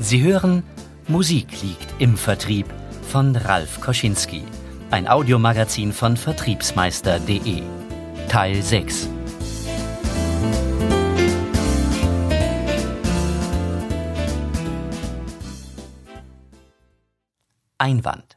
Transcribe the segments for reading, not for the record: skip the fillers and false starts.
Sie hören Musik liegt im Vertrieb von Ralf Koschinski, ein Audiomagazin von Vertriebsmeister.de. Teil 6. Einwand.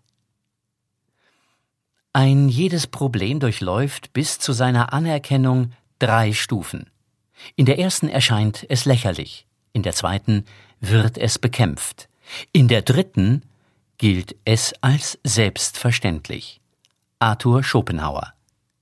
Ein jedes Problem durchläuft bis zu seiner Anerkennung 3 Stufen. In der ersten erscheint es lächerlich, in der zweiten wird es bekämpft, in der dritten gilt es als selbstverständlich. Arthur Schopenhauer.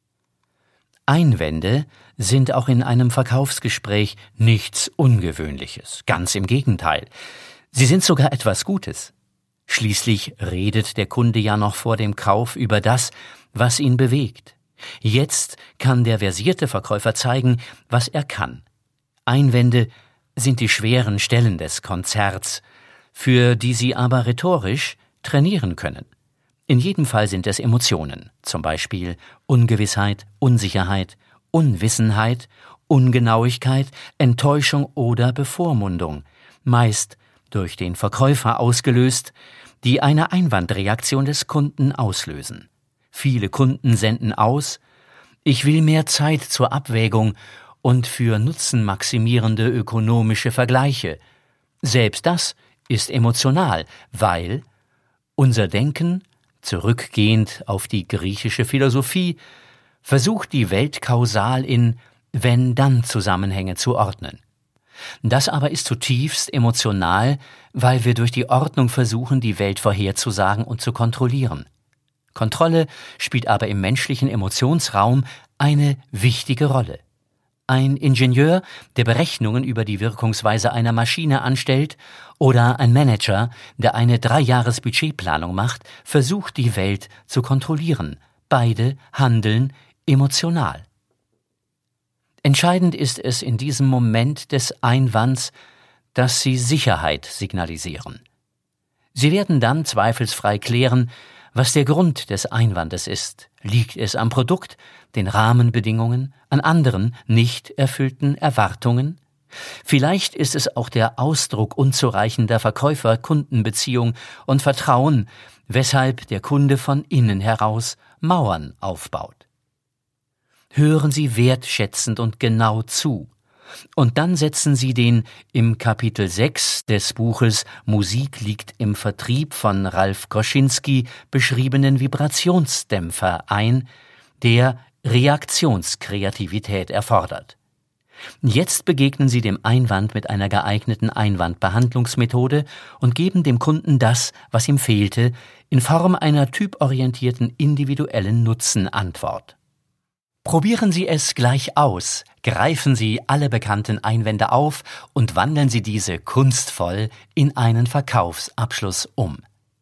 Einwände sind auch in einem Verkaufsgespräch nichts Ungewöhnliches, ganz im Gegenteil. Sie sind sogar etwas Gutes. Schließlich redet der Kunde ja noch vor dem Kauf über das, was ihn bewegt. Jetzt kann der versierte Verkäufer zeigen, was er kann. Einwände sind die schweren Stellen des Konzerts, für die Sie aber rhetorisch trainieren können. In jedem Fall sind es Emotionen, zum Beispiel Ungewissheit, Unsicherheit, Unwissenheit, Ungenauigkeit, Enttäuschung oder Bevormundung, meist durch den Verkäufer ausgelöst, die eine Einwandreaktion des Kunden auslösen. Viele Kunden senden aus: Ich will mehr Zeit zur Abwägung und für nutzenmaximierende ökonomische Vergleiche. Selbst das ist emotional, weil unser Denken, zurückgehend auf die griechische Philosophie, versucht die Welt kausal in Wenn-Dann-Zusammenhänge zu ordnen. Das aber ist zutiefst emotional, weil wir durch die Ordnung versuchen, die Welt vorherzusagen und zu kontrollieren. Kontrolle spielt aber im menschlichen Emotionsraum eine wichtige Rolle. Ein Ingenieur, der Berechnungen über die Wirkungsweise einer Maschine anstellt, oder ein Manager, der eine 3-Jahres-Budgetplanung macht, versucht die Welt zu kontrollieren. Beide handeln emotional. Entscheidend ist es in diesem Moment des Einwands, dass Sie Sicherheit signalisieren. Sie werden dann zweifelsfrei klären, was der Grund des Einwandes ist. Liegt es am Produkt, den Rahmenbedingungen, an anderen nicht erfüllten Erwartungen? Vielleicht ist es auch der Ausdruck unzureichender Verkäufer-Kundenbeziehung und Vertrauen, weshalb der Kunde von innen heraus Mauern aufbaut. Hören Sie wertschätzend und genau zu. Und dann setzen Sie den im Kapitel 6 des Buches Musik liegt im Vertrieb von Ralf Koschinski beschriebenen Vibrationsdämpfer ein, der Reaktionskreativität erfordert. Jetzt begegnen Sie dem Einwand mit einer geeigneten Einwandbehandlungsmethode und geben dem Kunden das, was ihm fehlte, in Form einer typorientierten individuellen Nutzenantwort. Probieren Sie es gleich aus, greifen Sie alle bekannten Einwände auf und wandeln Sie diese kunstvoll in einen Verkaufsabschluss um.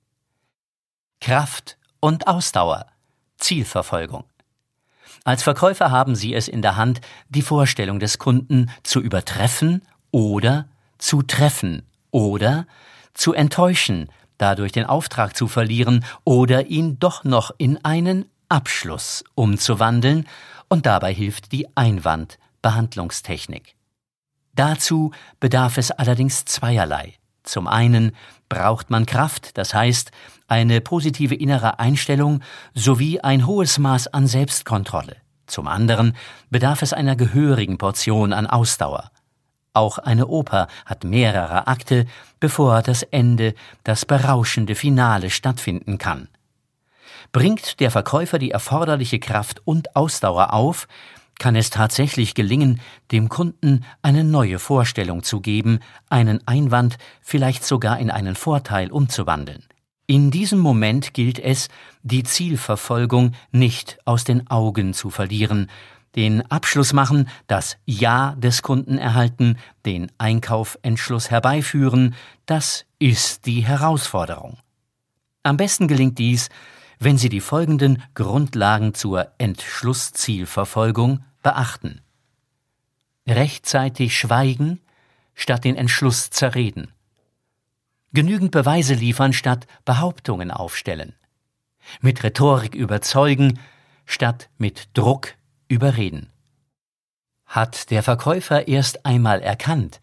Kraft und Ausdauer, Zielverfolgung. Als Verkäufer haben Sie es in der Hand, die Vorstellung des Kunden zu übertreffen oder zu treffen oder zu enttäuschen, dadurch den Auftrag zu verlieren oder ihn doch noch in einen Abschluss umzuwandeln, und dabei hilft die Einwandbehandlungstechnik. Dazu bedarf es allerdings zweierlei. Zum einen braucht man Kraft, das heißt eine positive innere Einstellung sowie ein hohes Maß an Selbstkontrolle. Zum anderen bedarf es einer gehörigen Portion an Ausdauer. Auch eine Oper hat mehrere Akte, bevor das Ende, das berauschende Finale stattfinden kann. Bringt der Verkäufer die erforderliche Kraft und Ausdauer auf, kann es tatsächlich gelingen, dem Kunden eine neue Vorstellung zu geben, einen Einwand vielleicht sogar in einen Vorteil umzuwandeln. In diesem Moment gilt es, die Zielverfolgung nicht aus den Augen zu verlieren, den Abschluss machen, das Ja des Kunden erhalten, den Einkaufentschluss herbeiführen, das ist die Herausforderung. Am besten gelingt dies, wenn Sie die folgenden Grundlagen zur Entschlusszielverfolgung beachten. Rechtzeitig schweigen, statt den Entschluss zerreden. Genügend Beweise liefern, statt Behauptungen aufstellen. Mit Rhetorik überzeugen, statt mit Druck überreden. Hat der Verkäufer erst einmal erkannt,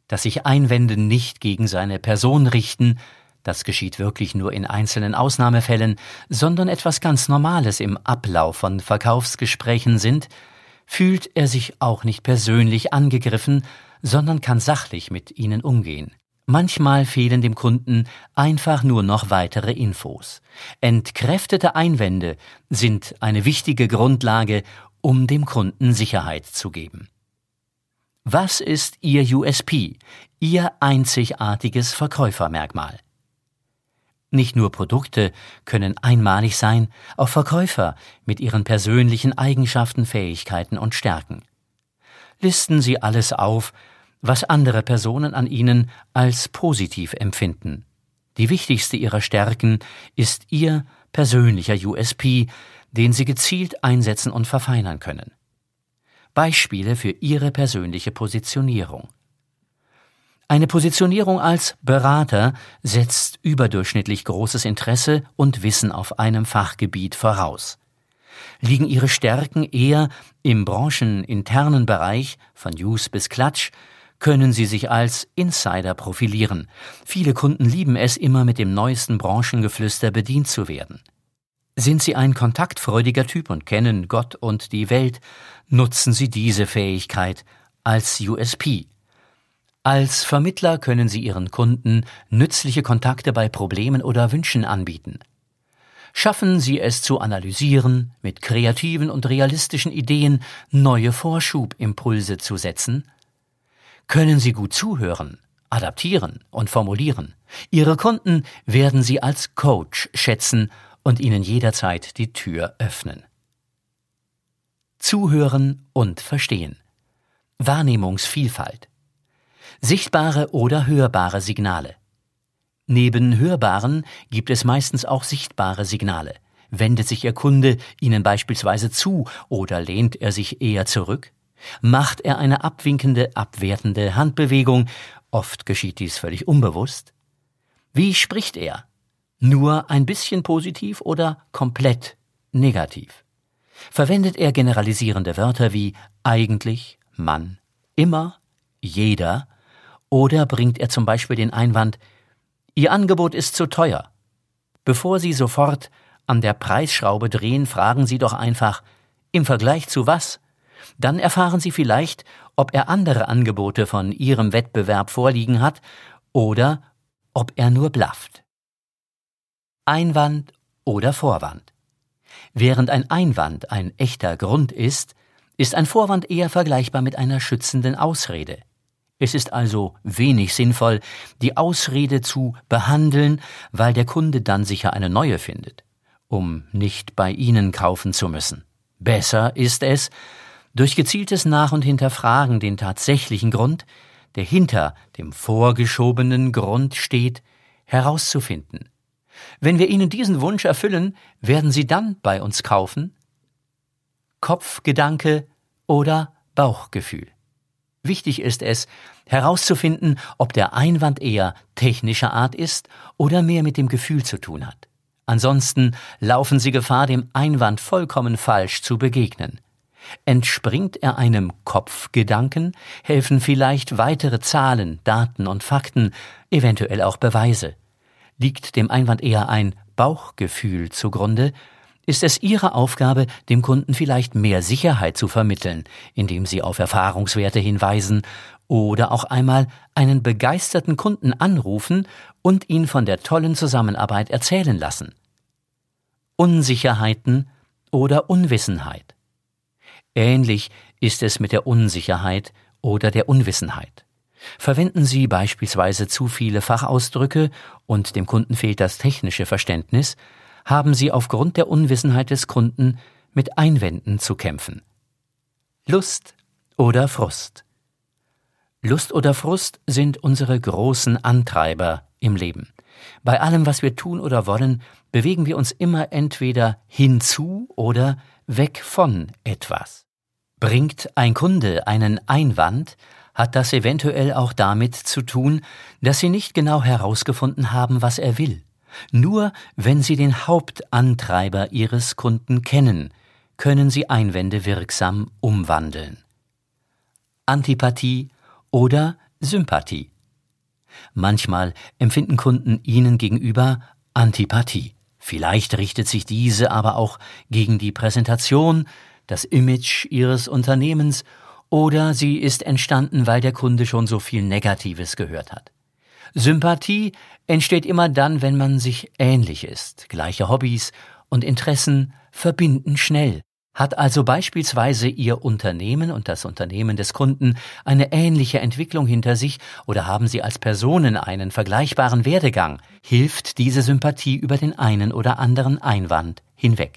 dass sich Einwände nicht gegen seine Person richten, das geschieht wirklich nur in einzelnen Ausnahmefällen, sondern etwas ganz Normales im Ablauf von Verkaufsgesprächen sind, fühlt er sich auch nicht persönlich angegriffen, sondern kann sachlich mit ihnen umgehen. Manchmal fehlen dem Kunden einfach nur noch weitere Infos. Entkräftete Einwände sind eine wichtige Grundlage, um dem Kunden Sicherheit zu geben. Was ist Ihr USP, Ihr einzigartiges Verkäufermerkmal? Nicht nur Produkte können einmalig sein, auch Verkäufer mit ihren persönlichen Eigenschaften, Fähigkeiten und Stärken. Listen Sie alles auf, was andere Personen an Ihnen als positiv empfinden. Die wichtigste Ihrer Stärken ist Ihr persönlicher USP, den Sie gezielt einsetzen und verfeinern können. Beispiele für Ihre persönliche Positionierung. Eine Positionierung als Berater setzt überdurchschnittlich großes Interesse und Wissen auf einem Fachgebiet voraus. Liegen Ihre Stärken eher im brancheninternen Bereich, von News bis Klatsch, können Sie sich als Insider profilieren. Viele Kunden lieben es, immer mit dem neuesten Branchengeflüster bedient zu werden. Sind Sie ein kontaktfreudiger Typ und kennen Gott und die Welt, nutzen Sie diese Fähigkeit als USP. Als Vermittler können Sie Ihren Kunden nützliche Kontakte bei Problemen oder Wünschen anbieten. Schaffen Sie es zu analysieren, mit kreativen und realistischen Ideen neue Vorschubimpulse zu setzen? Können Sie gut zuhören, adaptieren und formulieren? Ihre Kunden werden Sie als Coach schätzen und Ihnen jederzeit die Tür öffnen. Zuhören und verstehen. Wahrnehmungsvielfalt. Sichtbare oder hörbare Signale. Neben hörbaren gibt es meistens auch sichtbare Signale. Wendet sich Ihr Kunde Ihnen beispielsweise zu oder lehnt er sich eher zurück? Macht er eine abwinkende, abwertende Handbewegung? Oft geschieht dies völlig unbewusst. Wie spricht er? Nur ein bisschen positiv oder komplett negativ? Verwendet er generalisierende Wörter wie eigentlich, Mann, immer, jeder? Oder bringt er zum Beispiel den Einwand, Ihr Angebot ist zu teuer? Bevor Sie sofort an der Preisschraube drehen, fragen Sie doch einfach, im Vergleich zu was? Dann erfahren Sie vielleicht, ob er andere Angebote von Ihrem Wettbewerb vorliegen hat oder ob er nur blafft. Einwand oder Vorwand. Während ein Einwand ein echter Grund ist ein Vorwand eher vergleichbar mit einer schützenden Ausrede. Es ist also wenig sinnvoll, die Ausrede zu behandeln, weil der Kunde dann sicher eine neue findet, um nicht bei Ihnen kaufen zu müssen. Besser ist es, durch gezieltes Nach- und Hinterfragen den tatsächlichen Grund, der hinter dem vorgeschobenen Grund steht, herauszufinden. Wenn wir Ihnen diesen Wunsch erfüllen, werden Sie dann bei uns kaufen? Kopfgedanke oder Bauchgefühl. Wichtig ist es, herauszufinden, ob der Einwand eher technischer Art ist oder mehr mit dem Gefühl zu tun hat. Ansonsten laufen Sie Gefahr, dem Einwand vollkommen falsch zu begegnen. Entspringt er einem Kopfgedanken, helfen vielleicht weitere Zahlen, Daten und Fakten, eventuell auch Beweise. Liegt dem Einwand eher ein Bauchgefühl zugrunde, ist es Ihre Aufgabe, dem Kunden vielleicht mehr Sicherheit zu vermitteln, indem Sie auf Erfahrungswerte hinweisen oder auch einmal einen begeisterten Kunden anrufen und ihn von der tollen Zusammenarbeit erzählen lassen. Unsicherheiten oder Unwissenheit. Ähnlich ist es mit der Unsicherheit oder der Unwissenheit. Verwenden Sie beispielsweise zu viele Fachausdrücke und dem Kunden fehlt das technische Verständnis, haben Sie aufgrund der Unwissenheit des Kunden mit Einwänden zu kämpfen. Lust oder Frust. Lust oder Frust sind unsere großen Antreiber im Leben. Bei allem, was wir tun oder wollen, bewegen wir uns immer entweder hinzu oder weg von etwas. Bringt ein Kunde einen Einwand, hat das eventuell auch damit zu tun, dass Sie nicht genau herausgefunden haben, was er will. Nur wenn Sie den Hauptantreiber Ihres Kunden kennen, können Sie Einwände wirksam umwandeln. Antipathie oder Sympathie. Manchmal empfinden Kunden Ihnen gegenüber Antipathie. Vielleicht richtet sich diese aber auch gegen die Präsentation, das Image Ihres Unternehmens, oder sie ist entstanden, weil der Kunde schon so viel Negatives gehört hat. Sympathie entsteht immer dann, wenn man sich ähnlich ist. Gleiche Hobbys und Interessen verbinden schnell. Hat also beispielsweise Ihr Unternehmen und das Unternehmen des Kunden eine ähnliche Entwicklung hinter sich oder haben Sie als Personen einen vergleichbaren Werdegang, hilft diese Sympathie über den einen oder anderen Einwand hinweg.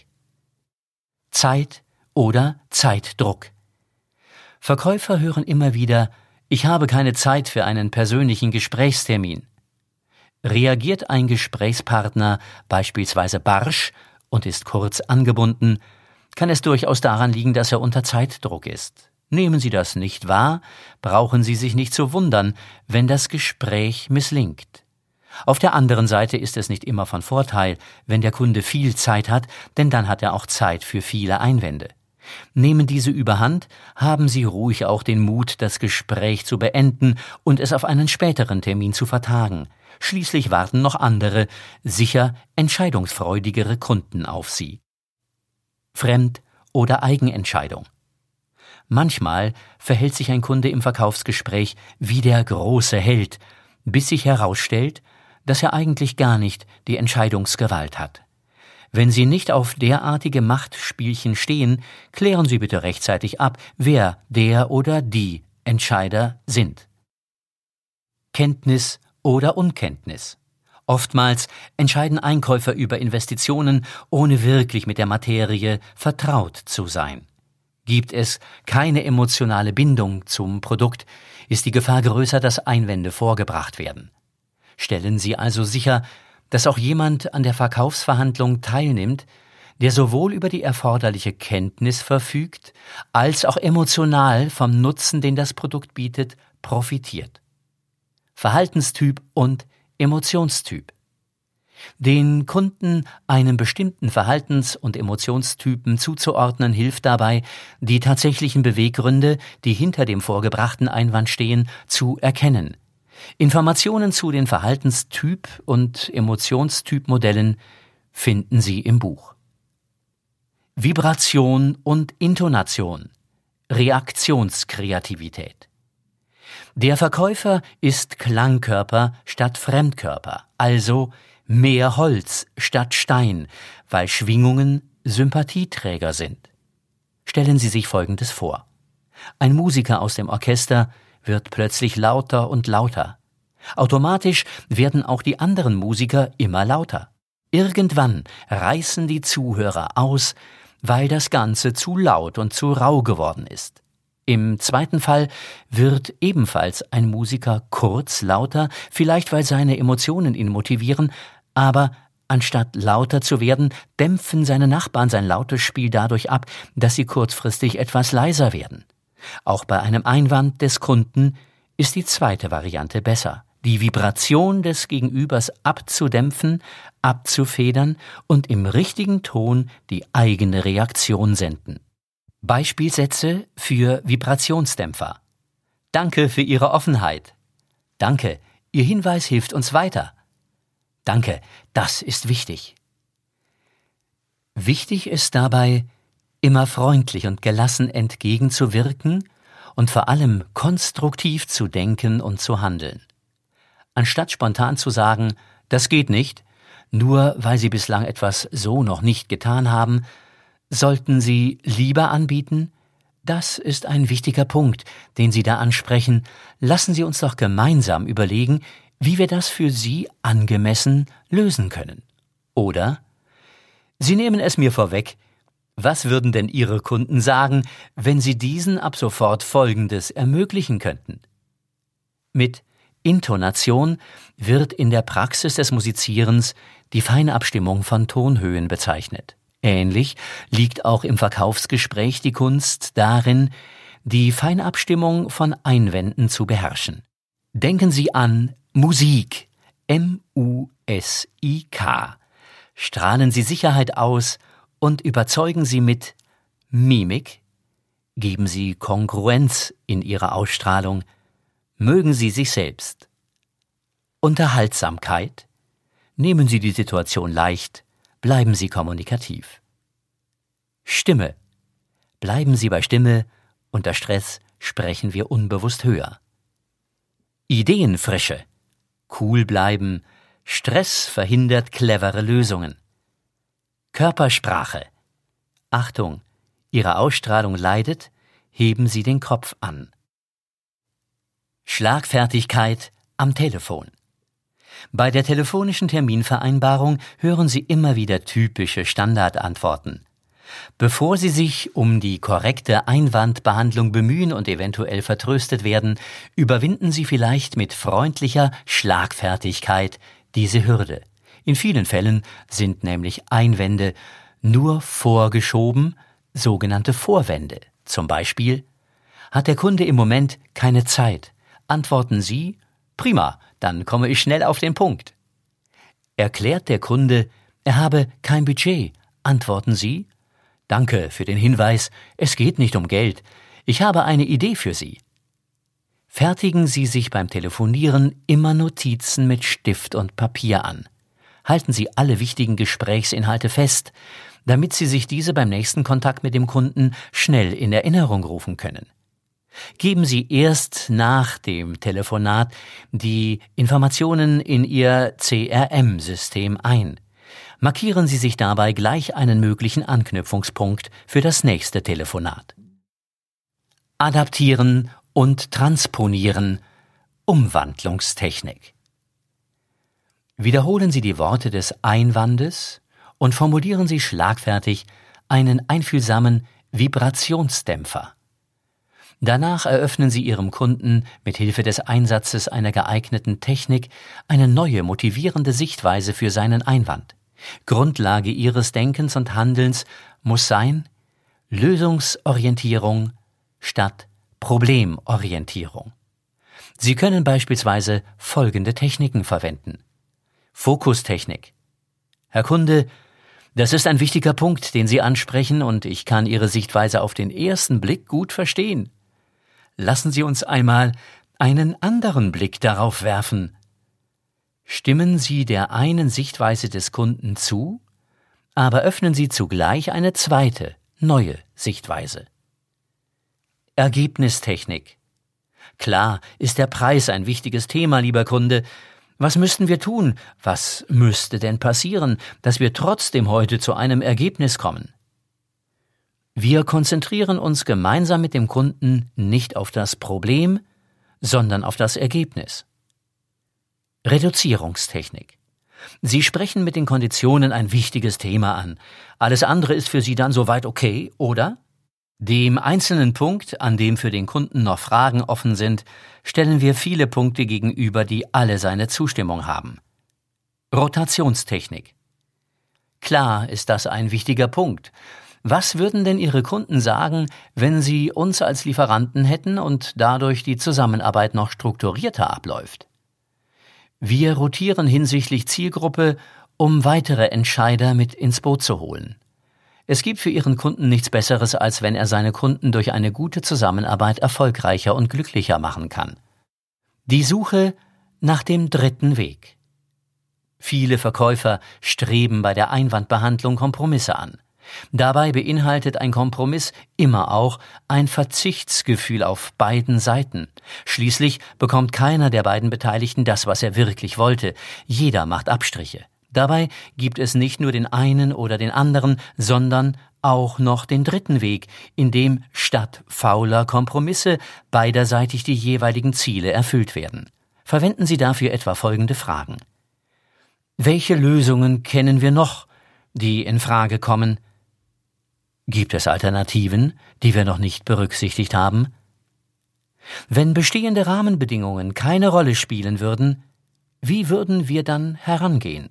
Zeit oder Zeitdruck. Verkäufer hören immer wieder: Ich habe keine Zeit für einen persönlichen Gesprächstermin. Reagiert ein Gesprächspartner beispielsweise barsch und ist kurz angebunden, kann es durchaus daran liegen, dass er unter Zeitdruck ist. Nehmen Sie das nicht wahr, brauchen Sie sich nicht zu wundern, wenn das Gespräch misslingt. Auf der anderen Seite ist es nicht immer von Vorteil, wenn der Kunde viel Zeit hat, denn dann hat er auch Zeit für viele Einwände. Nehmen diese überhand, haben Sie ruhig auch den Mut, das Gespräch zu beenden und es auf einen späteren Termin zu vertagen. Schließlich warten noch andere, sicher entscheidungsfreudigere Kunden auf Sie. Fremd- oder Eigenentscheidung. Manchmal verhält sich ein Kunde im Verkaufsgespräch wie der große Held, bis sich herausstellt, dass er eigentlich gar nicht die Entscheidungsgewalt hat. Wenn Sie nicht auf derartige Machtspielchen stehen, klären Sie bitte rechtzeitig ab, wer der oder die Entscheider sind. Kenntnis oder Unkenntnis. Oftmals entscheiden Einkäufer über Investitionen, ohne wirklich mit der Materie vertraut zu sein. Gibt es keine emotionale Bindung zum Produkt, ist die Gefahr größer, dass Einwände vorgebracht werden. Stellen Sie also sicher, dass auch jemand an der Verkaufsverhandlung teilnimmt, der sowohl über die erforderliche Kenntnis verfügt, als auch emotional vom Nutzen, den das Produkt bietet, profitiert. Verhaltenstyp und Emotionstyp. Den Kunden einem bestimmten Verhaltens- und Emotionstypen zuzuordnen, hilft dabei, die tatsächlichen Beweggründe, die hinter dem vorgebrachten Einwand stehen, zu erkennen. Informationen zu den Verhaltenstyp- und Emotionstypmodellen finden Sie im Buch. Vibration und Intonation. Reaktionskreativität. Der Verkäufer ist Klangkörper statt Fremdkörper, also mehr Holz statt Stein, weil Schwingungen Sympathieträger sind. Stellen Sie sich Folgendes vor. Ein Musiker aus dem Orchester wird plötzlich lauter und lauter. Automatisch werden auch die anderen Musiker immer lauter. Irgendwann reißen die Zuhörer aus, weil das Ganze zu laut und zu rau geworden ist. Im zweiten Fall wird ebenfalls ein Musiker kurz lauter, vielleicht weil seine Emotionen ihn motivieren, aber anstatt lauter zu werden, dämpfen seine Nachbarn sein lautes Spiel dadurch ab, dass sie kurzfristig etwas leiser werden. Auch bei einem Einwand des Kunden ist die zweite Variante besser, die Vibration des Gegenübers abzudämpfen, abzufedern und im richtigen Ton die eigene Reaktion senden. Beispielsätze für Vibrationsdämpfer. Danke für Ihre Offenheit. Danke, Ihr Hinweis hilft uns weiter. Danke, das ist wichtig. Wichtig ist dabei, immer freundlich und gelassen entgegenzuwirken und vor allem konstruktiv zu denken und zu handeln. Anstatt spontan zu sagen, das geht nicht, nur weil Sie bislang etwas so noch nicht getan haben, sollten Sie lieber anbieten, das ist ein wichtiger Punkt, den Sie da ansprechen. Lassen Sie uns doch gemeinsam überlegen, wie wir das für Sie angemessen lösen können. Oder Sie nehmen es mir vorweg, was würden denn Ihre Kunden sagen, wenn Sie diesen ab sofort Folgendes ermöglichen könnten? Mit Intonation wird in der Praxis des Musizierens die Feinabstimmung von Tonhöhen bezeichnet. Ähnlich liegt auch im Verkaufsgespräch die Kunst darin, die Feinabstimmung von Einwänden zu beherrschen. Denken Sie an Musik, M-U-S-I-K. Strahlen Sie Sicherheit aus und überzeugen Sie mit Mimik. Geben Sie Kongruenz in Ihrer Ausstrahlung Mögen Sie sich selbst. Unterhaltsamkeit. Nehmen Sie die Situation leicht, bleiben Sie kommunikativ. Stimme. Bleiben Sie bei Stimme, unter Stress sprechen wir unbewusst höher. Ideenfrische. Cool bleiben, Stress verhindert clevere Lösungen. Körpersprache. Achtung, Ihre Ausstrahlung leidet, heben Sie den Kopf an. Schlagfertigkeit am Telefon. Bei der telefonischen Terminvereinbarung hören Sie immer wieder typische Standardantworten. Bevor Sie sich um die korrekte Einwandbehandlung bemühen und eventuell vertröstet werden, überwinden Sie vielleicht mit freundlicher Schlagfertigkeit diese Hürde. In vielen Fällen sind nämlich Einwände nur vorgeschoben, sogenannte Vorwände. Zum Beispiel: Hat der Kunde im Moment keine Zeit? Antworten Sie: Prima, dann komme ich schnell auf den Punkt. Erklärt der Kunde, er habe kein Budget? Antworten Sie: Danke für den Hinweis, es geht nicht um Geld. Ich habe eine Idee für Sie. Fertigen Sie sich beim Telefonieren immer Notizen mit Stift und Papier an. Halten Sie alle wichtigen Gesprächsinhalte fest, damit Sie sich diese beim nächsten Kontakt mit dem Kunden schnell in Erinnerung rufen können. Geben Sie erst nach dem Telefonat die Informationen in Ihr CRM-System ein. Markieren Sie sich dabei gleich einen möglichen Anknüpfungspunkt für das nächste Telefonat. Adaptieren und transponieren. Umwandlungstechnik. Wiederholen Sie die Worte des Einwandes und formulieren Sie schlagfertig einen einfühlsamen Vibrationsdämpfer. Danach eröffnen Sie Ihrem Kunden mit Hilfe des Einsatzes einer geeigneten Technik eine neue, motivierende Sichtweise für seinen Einwand. Grundlage Ihres Denkens und Handelns muss sein: Lösungsorientierung statt Problemorientierung. Sie können beispielsweise folgende Techniken verwenden. Fokustechnik. Herr Kunde, das ist ein wichtiger Punkt, den Sie ansprechen, und ich kann Ihre Sichtweise auf den ersten Blick gut verstehen. Lassen Sie uns einmal einen anderen Blick darauf werfen. Stimmen Sie der einen Sichtweise des Kunden zu, aber öffnen Sie zugleich eine zweite, neue Sichtweise. Ergebnistechnik. Klar ist der Preis ein wichtiges Thema, lieber Kunde. Was müssten wir tun? Was müsste denn passieren, dass wir trotzdem heute zu einem Ergebnis kommen? Wir konzentrieren uns gemeinsam mit dem Kunden nicht auf das Problem, sondern auf das Ergebnis. Reduzierungstechnik. Sie sprechen mit den Konditionen ein wichtiges Thema an. Alles andere ist für Sie dann soweit okay, oder? Dem einzelnen Punkt, an dem für den Kunden noch Fragen offen sind, stellen wir viele Punkte gegenüber, die alle seine Zustimmung haben. Rotationstechnik. Klar ist das ein wichtiger Punkt. Was würden denn Ihre Kunden sagen, wenn Sie uns als Lieferanten hätten und dadurch die Zusammenarbeit noch strukturierter abläuft? Wir rotieren hinsichtlich Zielgruppe, um weitere Entscheider mit ins Boot zu holen. Es gibt für Ihren Kunden nichts Besseres, als wenn er seine Kunden durch eine gute Zusammenarbeit erfolgreicher und glücklicher machen kann. Die Suche nach dem dritten Weg. Viele Verkäufer streben bei der Einwandbehandlung Kompromisse an. Dabei beinhaltet ein Kompromiss immer auch ein Verzichtsgefühl auf beiden Seiten. Schließlich bekommt keiner der beiden Beteiligten das, was er wirklich wollte. Jeder macht Abstriche. Dabei gibt es nicht nur den einen oder den anderen, sondern auch noch den dritten Weg, in dem statt fauler Kompromisse beiderseitig die jeweiligen Ziele erfüllt werden. Verwenden Sie dafür etwa folgende Fragen. Welche Lösungen kennen wir noch, die in Frage kommen? Gibt es Alternativen, die wir noch nicht berücksichtigt haben? Wenn bestehende Rahmenbedingungen keine Rolle spielen würden, wie würden wir dann herangehen?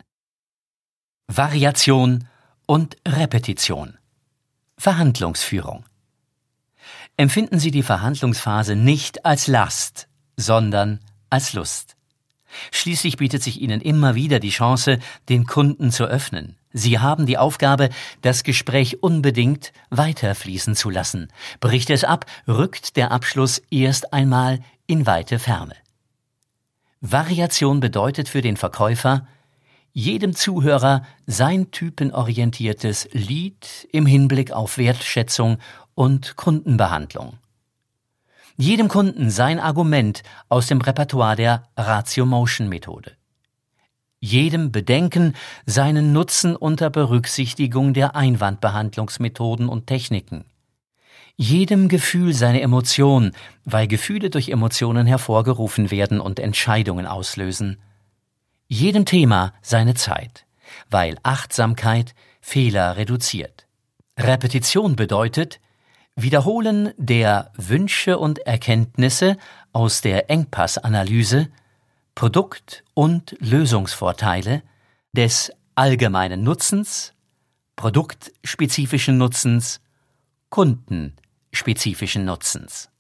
Variation und Repetition. Verhandlungsführung. Empfinden Sie die Verhandlungsphase nicht als Last, sondern als Lust. Schließlich bietet sich Ihnen immer wieder die Chance, den Kunden zu öffnen. Sie haben die Aufgabe, das Gespräch unbedingt weiterfließen zu lassen. Bricht es ab, rückt der Abschluss erst einmal in weite Ferne. Variation bedeutet für den Verkäufer, jedem Zuhörer sein typenorientiertes Lied im Hinblick auf Wertschätzung und Kundenbehandlung. Jedem Kunden sein Argument aus dem Repertoire der Ratio-Motion-Methode. Jedem Bedenken seinen Nutzen unter Berücksichtigung der Einwandbehandlungsmethoden und Techniken. Jedem Gefühl seine Emotion, weil Gefühle durch Emotionen hervorgerufen werden und Entscheidungen auslösen. Jedem Thema seine Zeit, weil Achtsamkeit Fehler reduziert. Repetition bedeutet Wiederholen der Wünsche und Erkenntnisse aus der Engpassanalyse, Produkt- und Lösungsvorteile, des allgemeinen Nutzens, produktspezifischen Nutzens, kundenspezifischen Nutzens.